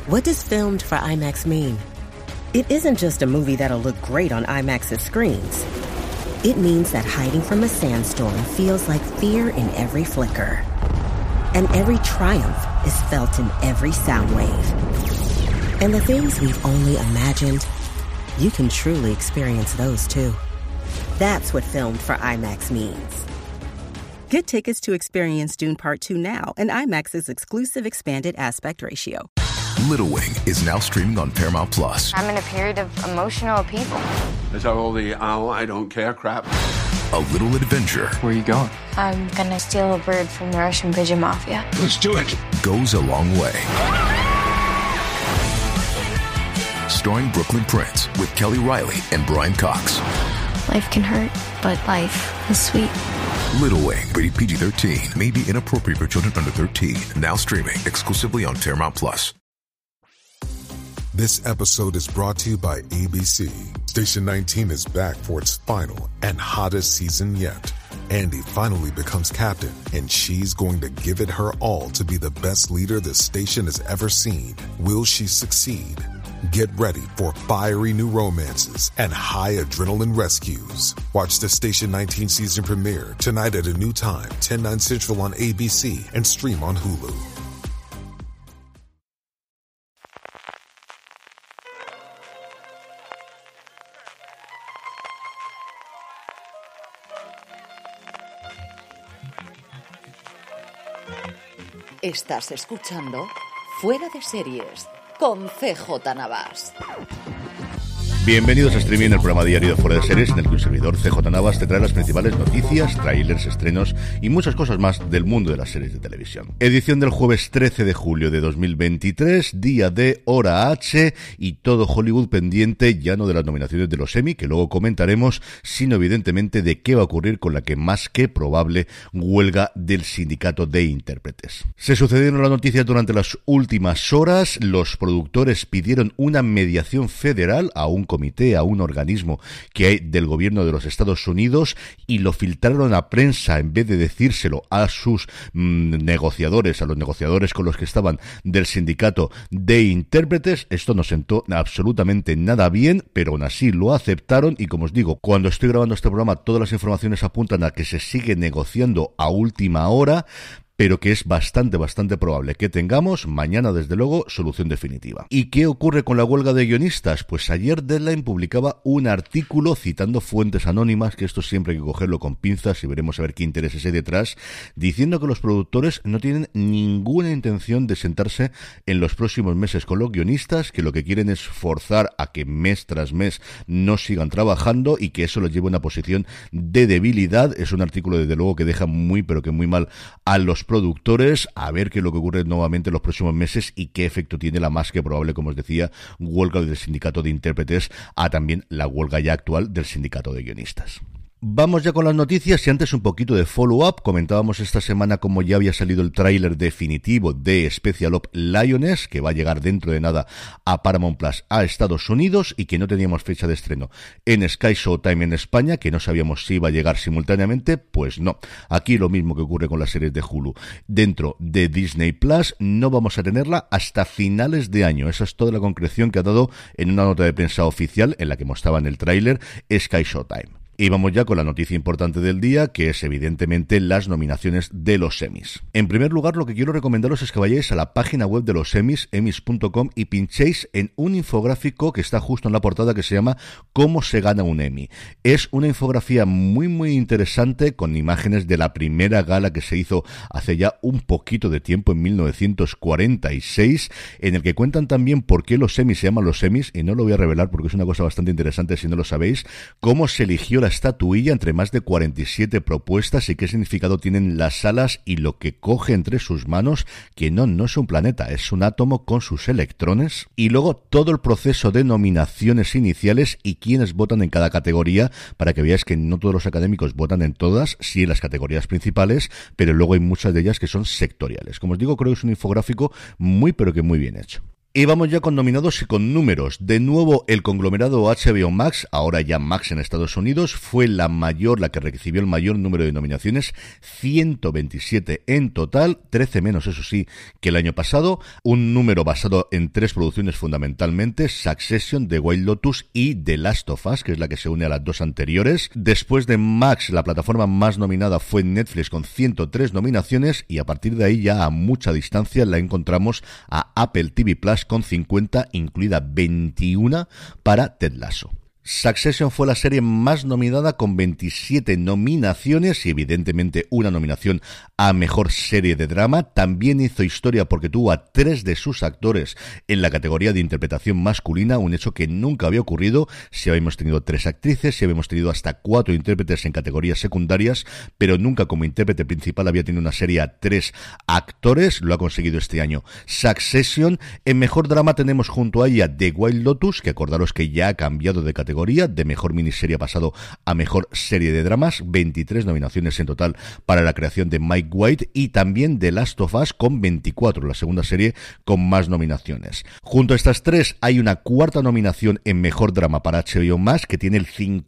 What does filmed for IMAX mean? It isn't just a movie that'll look great on IMAX's screens. It means that hiding from a sandstorm feels like fear in every flicker. And every triumph is felt in every sound wave. And the things we've only imagined, you can truly experience those too. That's what filmed for IMAX means. Get tickets to experience Dune Part 2 now and IMAX's exclusive expanded aspect ratio. Little Wing is now streaming on Paramount+. I'm in a period of emotional upheaval. Is that all the I don't care crap? A little adventure. Where are you going? I'm gonna steal a bird from the Russian pigeon mafia. Let's do it. Goes a long way. Starring Brooklyn Prince with Kelly Riley and Brian Cox. Life can hurt, but life is sweet. Little Wing, rated PG-13, may be inappropriate for children under 13. Now streaming exclusively on Paramount+. This episode is brought to you by ABC. Station 19 is back for its final and hottest season yet. Andy finally becomes captain, and she's going to give it her all to be the best leader the station has ever seen. Will she succeed? Get ready for fiery new romances and high adrenaline rescues. Watch the Station 19 season premiere tonight at a new time, 10/9 Central on ABC and stream on Hulu. Estás escuchando Fuera de Series con CJ Navas. Bienvenidos a Streaming, el programa diario de Fuera de Series, en el que un servidor, CJ Navas, te trae las principales noticias, trailers, estrenos y muchas cosas más del mundo de las series de televisión. Edición del jueves 13 de julio de 2023, día de hora H, y todo Hollywood pendiente, ya no de las nominaciones de los Emmy, que luego comentaremos, sino evidentemente de qué va a ocurrir con la que más que probable huelga del sindicato de intérpretes. Se sucedieron las noticias durante las últimas horas. Los productores pidieron una mediación federal a un comité, a un organismo que hay del gobierno de los Estados Unidos, y lo filtraron a prensa en vez de decírselo a sus negociadores, a los negociadores con los que estaban del sindicato de intérpretes. Esto no sentó absolutamente nada bien, pero aún así lo aceptaron, y como os digo, cuando estoy grabando este programa todas las informaciones apuntan a que se sigue negociando a última hora, pero que es bastante probable que tengamos mañana, desde luego, solución definitiva. ¿Y qué ocurre con la huelga de guionistas? Pues ayer Deadline publicaba un artículo citando fuentes anónimas, que esto siempre hay que cogerlo con pinzas y veremos a ver qué intereses hay detrás, diciendo que los productores no tienen ninguna intención de sentarse en los próximos meses con los guionistas, que lo que quieren es forzar a que mes tras mes no sigan trabajando y que eso los lleve a una posición de debilidad. Es un artículo, desde luego, que deja muy pero que muy mal a los productores. A ver qué es lo que ocurre nuevamente en los próximos meses y qué efecto tiene la más que probable, como os decía, huelga del sindicato de intérpretes a también la huelga ya actual del sindicato de guionistas. Vamos ya con las noticias, y antes un poquito de follow-up. Comentábamos esta semana como ya había salido el tráiler definitivo de Special Ops Lioness, que va a llegar dentro de nada a Paramount Plus a Estados Unidos, y que no teníamos fecha de estreno en Sky Showtime en España, que no sabíamos si iba a llegar simultáneamente. Pues no, aquí lo mismo que ocurre con las series de Hulu dentro de Disney Plus, no vamos a tenerla hasta finales de año. Esa es toda la concreción que ha dado en una nota de prensa oficial en la que mostraban el tráiler Sky Showtime. Y vamos ya con la noticia importante del día, que es evidentemente las nominaciones de los Emmys. En primer lugar, lo que quiero recomendaros es que vayáis a la página web de los Emmys, emmys.com, y pinchéis en un infográfico que está justo en la portada, que se llama ¿Cómo se gana un Emmy? Es una infografía muy interesante, con imágenes de la primera gala que se hizo hace ya un poquito de tiempo, en 1946, en el que cuentan también por qué los Emmys se llaman los Emmys, y no lo voy a revelar porque es una cosa bastante interesante si no lo sabéis, cómo se eligió la estatuilla entre más de 47 propuestas y qué significado tienen las salas y lo que coge entre sus manos, que no es un planeta, es un átomo con sus electrones, y luego todo el proceso de nominaciones iniciales y quiénes votan en cada categoría, para que veáis que no todos los académicos votan en todas, sí en las categorías principales, pero luego hay muchas de ellas que son sectoriales. Como os digo, creo que es un infográfico muy pero que muy bien hecho. Y vamos ya con nominados y con números. De nuevo, el conglomerado HBO Max, ahora ya Max en Estados Unidos, fue la que recibió el mayor número de nominaciones, 127 en total, 13 menos, eso sí, que el año pasado. Un número basado en 3 producciones fundamentalmente: Succession, The White Lotus y The Last of Us, que es la que se une a las 2 anteriores. Después de Max, la plataforma más nominada fue Netflix con 103 nominaciones, y a partir de ahí, ya a mucha distancia, la encontramos a Apple TV Plus con 50, incluida 21 para Ted Lasso. Succession fue la serie más nominada con 27 nominaciones y evidentemente una nominación a Mejor Serie de Drama. También hizo historia porque tuvo a 3 de sus actores en la categoría de interpretación masculina, un hecho que nunca había ocurrido. Si habíamos tenido 3 actrices, si habíamos tenido hasta 4 intérpretes en categorías secundarias, pero nunca como intérprete principal había tenido una serie a 3 actores. Lo ha conseguido este año Succession. En Mejor Drama tenemos junto a ella The White Lotus, que acordaros que ya ha cambiado de categoría, de mejor miniserie ha pasado a mejor serie de dramas, 23 nominaciones en total para la creación de Mike White, y también The Last of Us con 24, la segunda serie con más nominaciones. Junto a estas 3 hay una cuarta nominación en mejor drama para HBO Max, que tiene el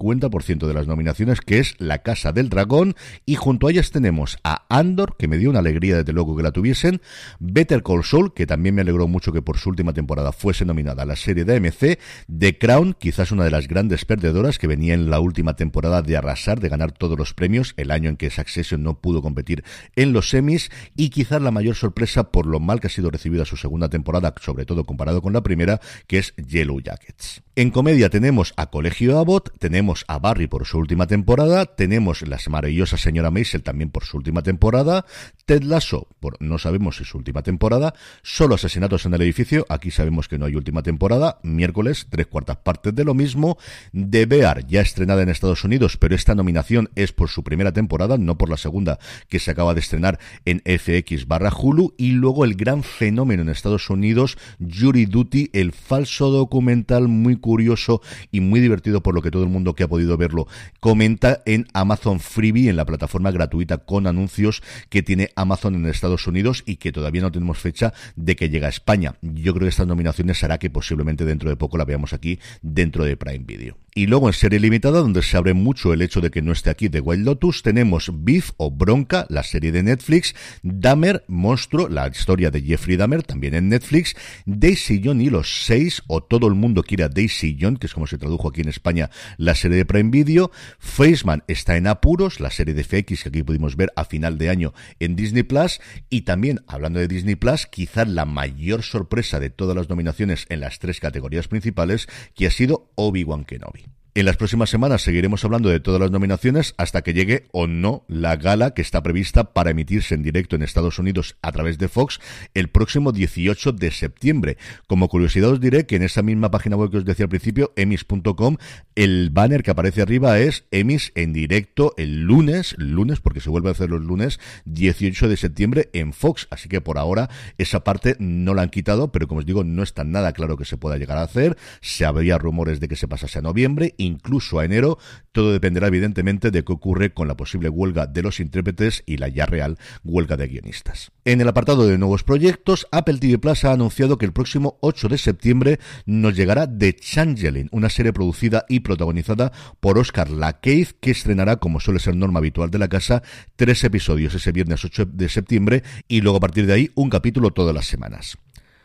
50% de las nominaciones, que es La Casa del Dragón, y junto a ellas tenemos a Andor, que me dio una alegría desde luego que la tuviesen, Better Call Saul, que también me alegró mucho que por su última temporada fuese nominada a la serie de AMC, The Crown, quizás una de las grandes perdedoras, que venía en la última temporada de arrasar, de ganar todos los premios, el año en que Succession no pudo competir en los Emmys, y quizás la mayor sorpresa por lo mal que ha sido recibida su segunda temporada, sobre todo comparado con la primera, que es Yellow Jackets. En comedia tenemos a Colegio Abbott, tenemos a Barry por su última temporada, tenemos La maravillosa señora Maisel también por su última temporada, Ted Lasso por no sabemos si su última temporada, Solo asesinatos en el edificio, aquí sabemos que no hay última temporada, miércoles 3/4 partes de lo mismo, The Bear ya estrenada en Estados Unidos, pero esta nominación es por su primera temporada, no por la segunda que se acaba de estrenar en FX/Hulu, y luego el gran fenómeno en Estados Unidos, Jury Duty, el falso documental muy curioso y muy divertido, por lo que todo el mundo que ha podido verlo comenta, en Amazon Freevee, en la plataforma gratuita con anuncios que tiene Amazon en Estados Unidos, y que todavía no tenemos fecha de que llegue a España. Yo creo que estas nominaciones hará que posiblemente dentro de poco la veamos aquí dentro de Prime Video. Y luego en serie limitada, donde se abre mucho el hecho de que no esté aquí The White Lotus, tenemos Beef o Bronca, la serie de Netflix, Dahmer, Monstruo, la historia de Jeffrey Dahmer, también en Netflix, Daisy Jones y los 6, o Todo el mundo quiere a Daisy Jones, que es como se tradujo aquí en España, la serie de Prime Video. Faceman está en apuros, la serie de FX que aquí pudimos ver a final de año en Disney Plus. Y también, hablando de Disney Plus, quizás la mayor sorpresa de todas las nominaciones en las 3 categorías principales, que ha sido Obi-Wan Kenobi. En las próximas semanas seguiremos hablando de todas las nominaciones hasta que llegue o no la gala que está prevista para emitirse en directo en Estados Unidos a través de Fox el próximo 18 de septiembre. Como curiosidad os diré que en esa misma página web que os decía al principio, emmys.com, el banner que aparece arriba es Emmys en directo el lunes, porque se vuelve a hacer los lunes 18 de septiembre en Fox. Así que por ahora esa parte no la han quitado, pero como os digo, no está nada claro que se pueda llegar a hacer. Se había rumores de que se pasase a noviembre, incluso a enero. Todo dependerá evidentemente de qué ocurre con la posible huelga de los intérpretes y la ya real huelga de guionistas. En el apartado de nuevos proyectos, Apple TV Plus ha anunciado que el próximo 8 de septiembre nos llegará The Changeling, una serie producida y protagonizada por Oscar Lakeith, que estrenará, como suele ser norma habitual de la casa, 3 episodios ese viernes 8 de septiembre, y luego a partir de ahí un capítulo todas las semanas.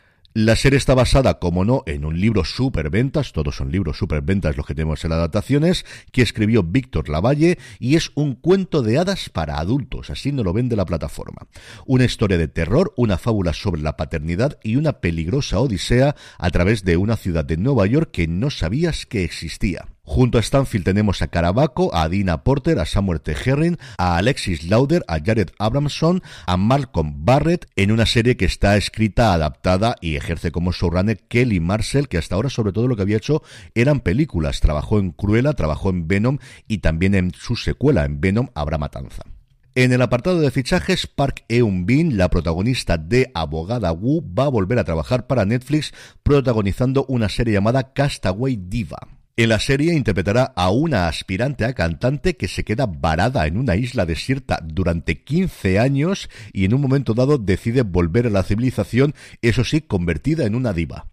La serie está basada, como no, en un libro superventas, todos son libros superventas los que tenemos en las adaptaciones, que escribió Víctor Lavalle, y es un cuento de hadas para adultos, así nos lo vende la plataforma. Una historia de terror, una fábula sobre la paternidad y una peligrosa odisea a través de una ciudad de Nueva York que no sabías que existía. Junto a Stanfield tenemos a Carabaco, a Dina Porter, a Samuel T. Herring, a Alexis Lauder, a Jared Abramson, a Malcolm Barrett, en una serie que está escrita, adaptada y ejerce como showrunner Kelly Marcel, que hasta ahora sobre todo lo que había hecho eran películas. Trabajó en Cruella, trabajó en Venom y también en su secuela, en Venom Habrá Matanza. En el apartado de fichajes, Park Eun-bin, la protagonista de Abogada Wu, va a volver a trabajar para Netflix protagonizando una serie llamada Castaway Diva. En la serie interpretará a una aspirante a cantante que se queda varada en una isla desierta durante 15 años y en un momento dado decide volver a la civilización, eso sí, convertida en una diva.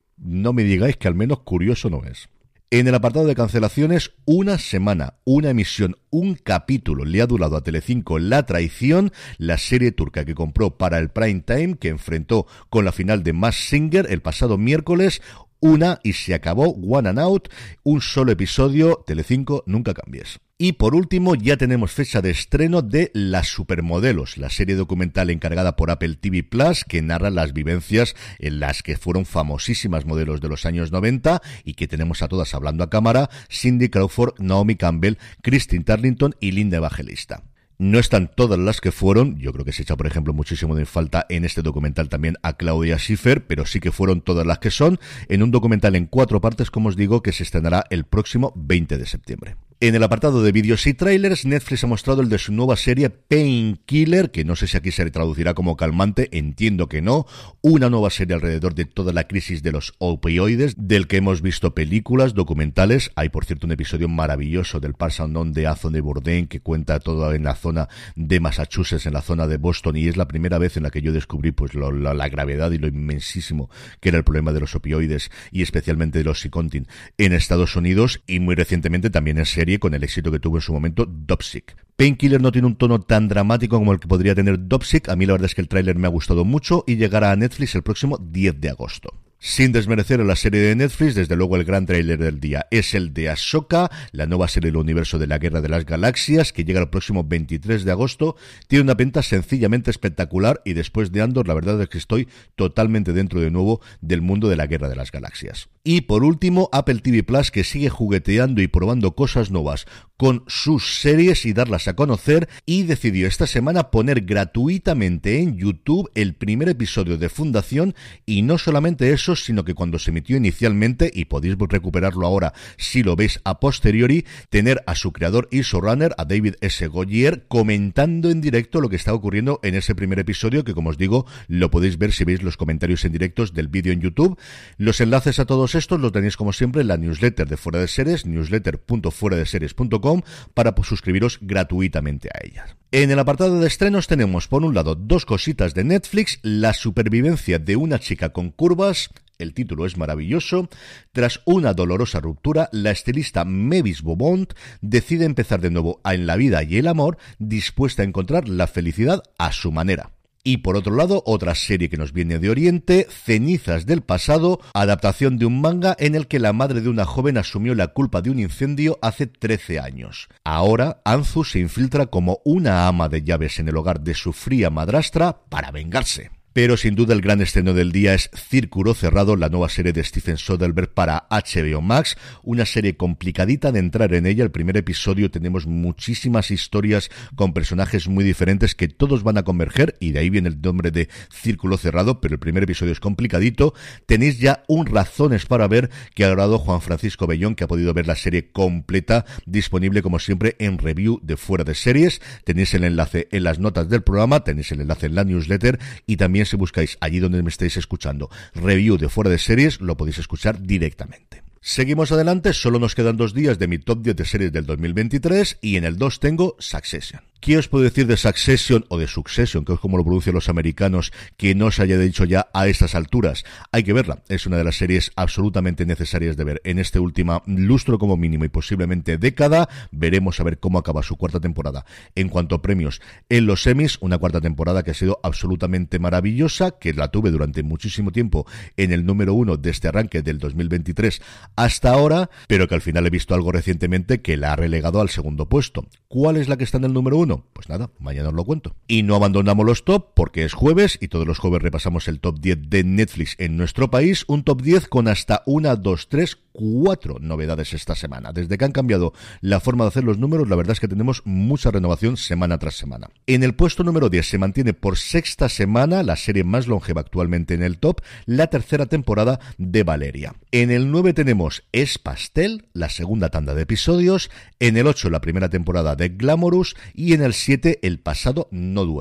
No me digáis que al menos curioso no es. En el apartado de cancelaciones, una semana, una emisión, un capítulo le ha durado a Telecinco La Traición, la serie turca que compró para el prime time, que enfrentó con la final de Masked Singer el pasado miércoles. Una y se acabó, One and Out, un solo episodio, Telecinco, nunca cambies. Y por último, ya tenemos fecha de estreno de Las Supermodelos, la serie documental encargada por Apple TV Plus, que narra las vivencias en las que fueron famosísimas modelos de los años 90 y que tenemos a todas hablando a cámara: Cindy Crawford, Naomi Campbell, Christine Turlington y Linda Evangelista. No están todas las que fueron, yo creo que se echa por ejemplo muchísimo de falta en este documental también a Claudia Schiffer, pero sí que fueron todas las que son, en un documental en 4 partes, como os digo, que se estrenará el próximo 20 de septiembre. En el apartado de vídeos y trailers, Netflix ha mostrado el de su nueva serie Painkiller, que no sé si aquí se traducirá como calmante, entiendo que no, una nueva serie alrededor de toda la crisis de los opioides, del que hemos visto películas, documentales. Hay, por cierto, un episodio maravilloso del Parks and Rec de Anthony Bourdain que cuenta todo en la zona de Massachusetts, en la zona de Boston, y es la primera vez en la que yo descubrí pues la gravedad y lo inmensísimo que era el problema de los opioides y especialmente de los Oxycontin en Estados Unidos, y muy recientemente también en serie con el éxito que tuvo en su momento Dopesick. Painkiller no tiene un tono tan dramático como el que podría tener Dopesick. A mí la verdad es que el tráiler me ha gustado mucho y llegará a Netflix el próximo 10 de agosto. Sin desmerecer a la serie de Netflix, desde luego el gran tráiler del día es el de Ahsoka, la nueva serie del universo de la Guerra de las Galaxias, que llega el próximo 23 de agosto. Tiene una pinta sencillamente espectacular y después de Andor, la verdad es que estoy totalmente dentro de nuevo del mundo de la Guerra de las Galaxias. Y por último, Apple TV Plus, que sigue jugueteando y probando cosas nuevas con sus series y darlas a conocer, y decidió esta semana poner gratuitamente en YouTube el primer episodio de Fundación, y no solamente eso, sino que cuando se emitió inicialmente, y podéis recuperarlo ahora si lo veis a posteriori, tener a su creador y showrunner, a David S. Goyer, comentando en directo lo que está ocurriendo en ese primer episodio, que como os digo, lo podéis ver si veis los comentarios en directos del vídeo en YouTube. Los enlaces a todos estos los tenéis como siempre en la newsletter de Fuera de Series, newsletter.fueradeseries.com, para suscribiros gratuitamente a ellas. En el apartado de estrenos tenemos, por un lado, 2 cositas de Netflix: La supervivencia de una chica con curvas. El título es maravilloso. Tras una dolorosa ruptura, la estilista Mavis Beaumont decide empezar de nuevo en la vida y el amor, dispuesta a encontrar la felicidad a su manera. Y por otro lado, otra serie que nos viene de Oriente, Cenizas del pasado, adaptación de un manga en el que la madre de una joven asumió la culpa de un incendio hace 13 años. Ahora, Anzu se infiltra como una ama de llaves en el hogar de su fría madrastra para vengarse. Pero sin duda el gran estreno del día es Círculo Cerrado, la nueva serie de Steven Soderbergh para HBO Max, una serie complicadita de entrar en ella. El primer episodio tenemos muchísimas historias con personajes muy diferentes que todos van a converger, y de ahí viene el nombre de Círculo Cerrado, pero el primer episodio es complicadito. Tenéis ya razones para ver, que ha grabado Juan Francisco Bellón, que ha podido ver la serie completa, disponible como siempre en review de Fuera de Series. Tenéis el enlace en las notas del programa, tenéis el enlace en la newsletter, y también si buscáis allí donde me estáis escuchando review de Fuera de Series, lo podéis escuchar directamente. Seguimos adelante, solo nos quedan 2 días de mi top 10 de series del 2023 y en el 2 tengo Succession. ¿Qué os puedo decir de Succession o de Succession, que es como lo pronuncian los americanos, que no os haya dicho ya a estas alturas? Hay que verla, es una de las series absolutamente necesarias de ver en este último lustro como mínimo y posiblemente década. Veremos a ver cómo acaba su 4ª temporada. En cuanto a premios en los Emmys, una 4ª temporada que ha sido absolutamente maravillosa, que la tuve durante muchísimo tiempo en el número 1 de este arranque del 2023 hasta ahora, pero que al final he visto algo recientemente que la ha relegado al 2º puesto. ¿Cuál es la que está en el número 1? Pues nada, mañana os lo cuento. Y no abandonamos los top porque es jueves y todos los jueves repasamos el top 10 de Netflix en nuestro país, un top 10 con hasta 1, 2, 3, 4 novedades esta semana. Desde que han cambiado la forma de hacer los números, la verdad es que tenemos mucha renovación semana tras semana. En el puesto número 10 se mantiene por 6ª semana la serie más longeva actualmente en el top, la 3ª temporada de Valeria. En el 9 tenemos Es Pastel, la 2ª tanda de episodios. En el 8 la 1ª temporada de Glamorous y en el 7 El pasado no duerme.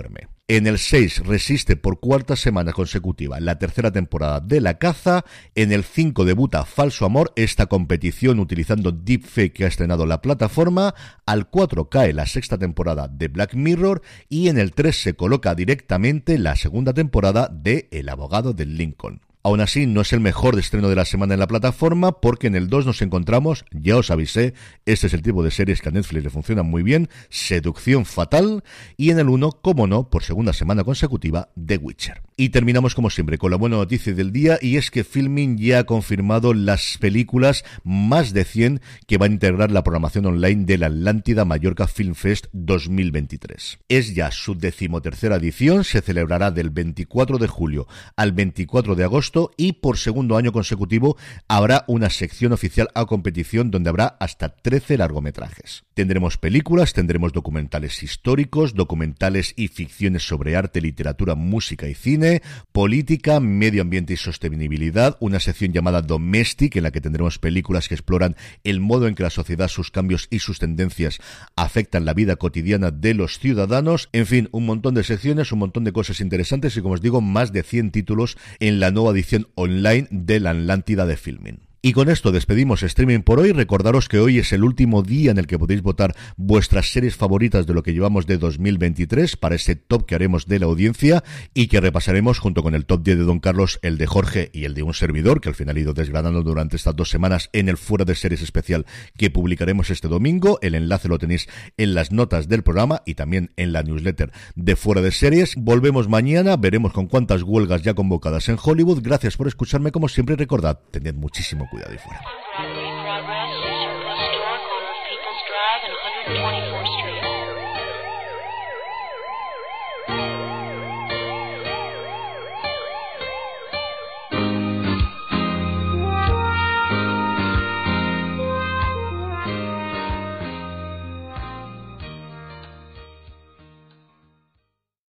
En el 6 resiste por cuarta semana consecutiva la tercera temporada de La Caza. En el 5 debuta Falso Amor, esta competición utilizando deepfake que ha estrenado la plataforma. Al 4 cae la sexta temporada de Black Mirror y en el 3 se coloca directamente la segunda temporada de El abogado de Lincoln. Aún así, no es el mejor estreno de la semana en la plataforma, porque en el 2 nos encontramos, ya os avisé, este es el tipo de series que a Netflix le funcionan muy bien, Seducción Fatal, y en el 1, como no, por segunda semana consecutiva, The Witcher. Y terminamos como siempre con la buena noticia del día, y es que Filmin ya ha confirmado las películas, más de 100, que van a integrar la programación online de la Atlántida Mallorca Film Fest 2023. Es ya su 13ª edición, se celebrará del 24 de julio al 24 de agosto, y por segundo año consecutivo habrá una sección oficial a competición donde habrá hasta 13 largometrajes. Tendremos películas, tendremos documentales históricos, documentales y ficciones sobre arte, literatura, música y cine, política, medio ambiente y sostenibilidad, una sección llamada Domestic en la que tendremos películas que exploran el modo en que la sociedad, sus cambios y sus tendencias afectan la vida cotidiana de los ciudadanos. En fin, un montón de secciones, un montón de cosas interesantes y, como os digo, más de 100 títulos en la nueva edición online de la Atlántida de Filmin. Y con esto despedimos streaming por hoy. Recordaros que hoy es el último día en el que podéis votar vuestras series favoritas de lo que llevamos de 2023 para ese top que haremos de la audiencia y que repasaremos junto con el top 10 de Don Carlos, el de Jorge y el de un servidor, que al final he ido desgranando durante estas 2 semanas en el Fuera de Series especial que publicaremos este domingo. El enlace lo tenéis en las notas del programa y también en la newsletter de Fuera de Series. Volvemos mañana, veremos con cuántas huelgas ya convocadas en Hollywood. Gracias por escucharme como siempre y recordad, tened muchísimo cuidado ahí fuera.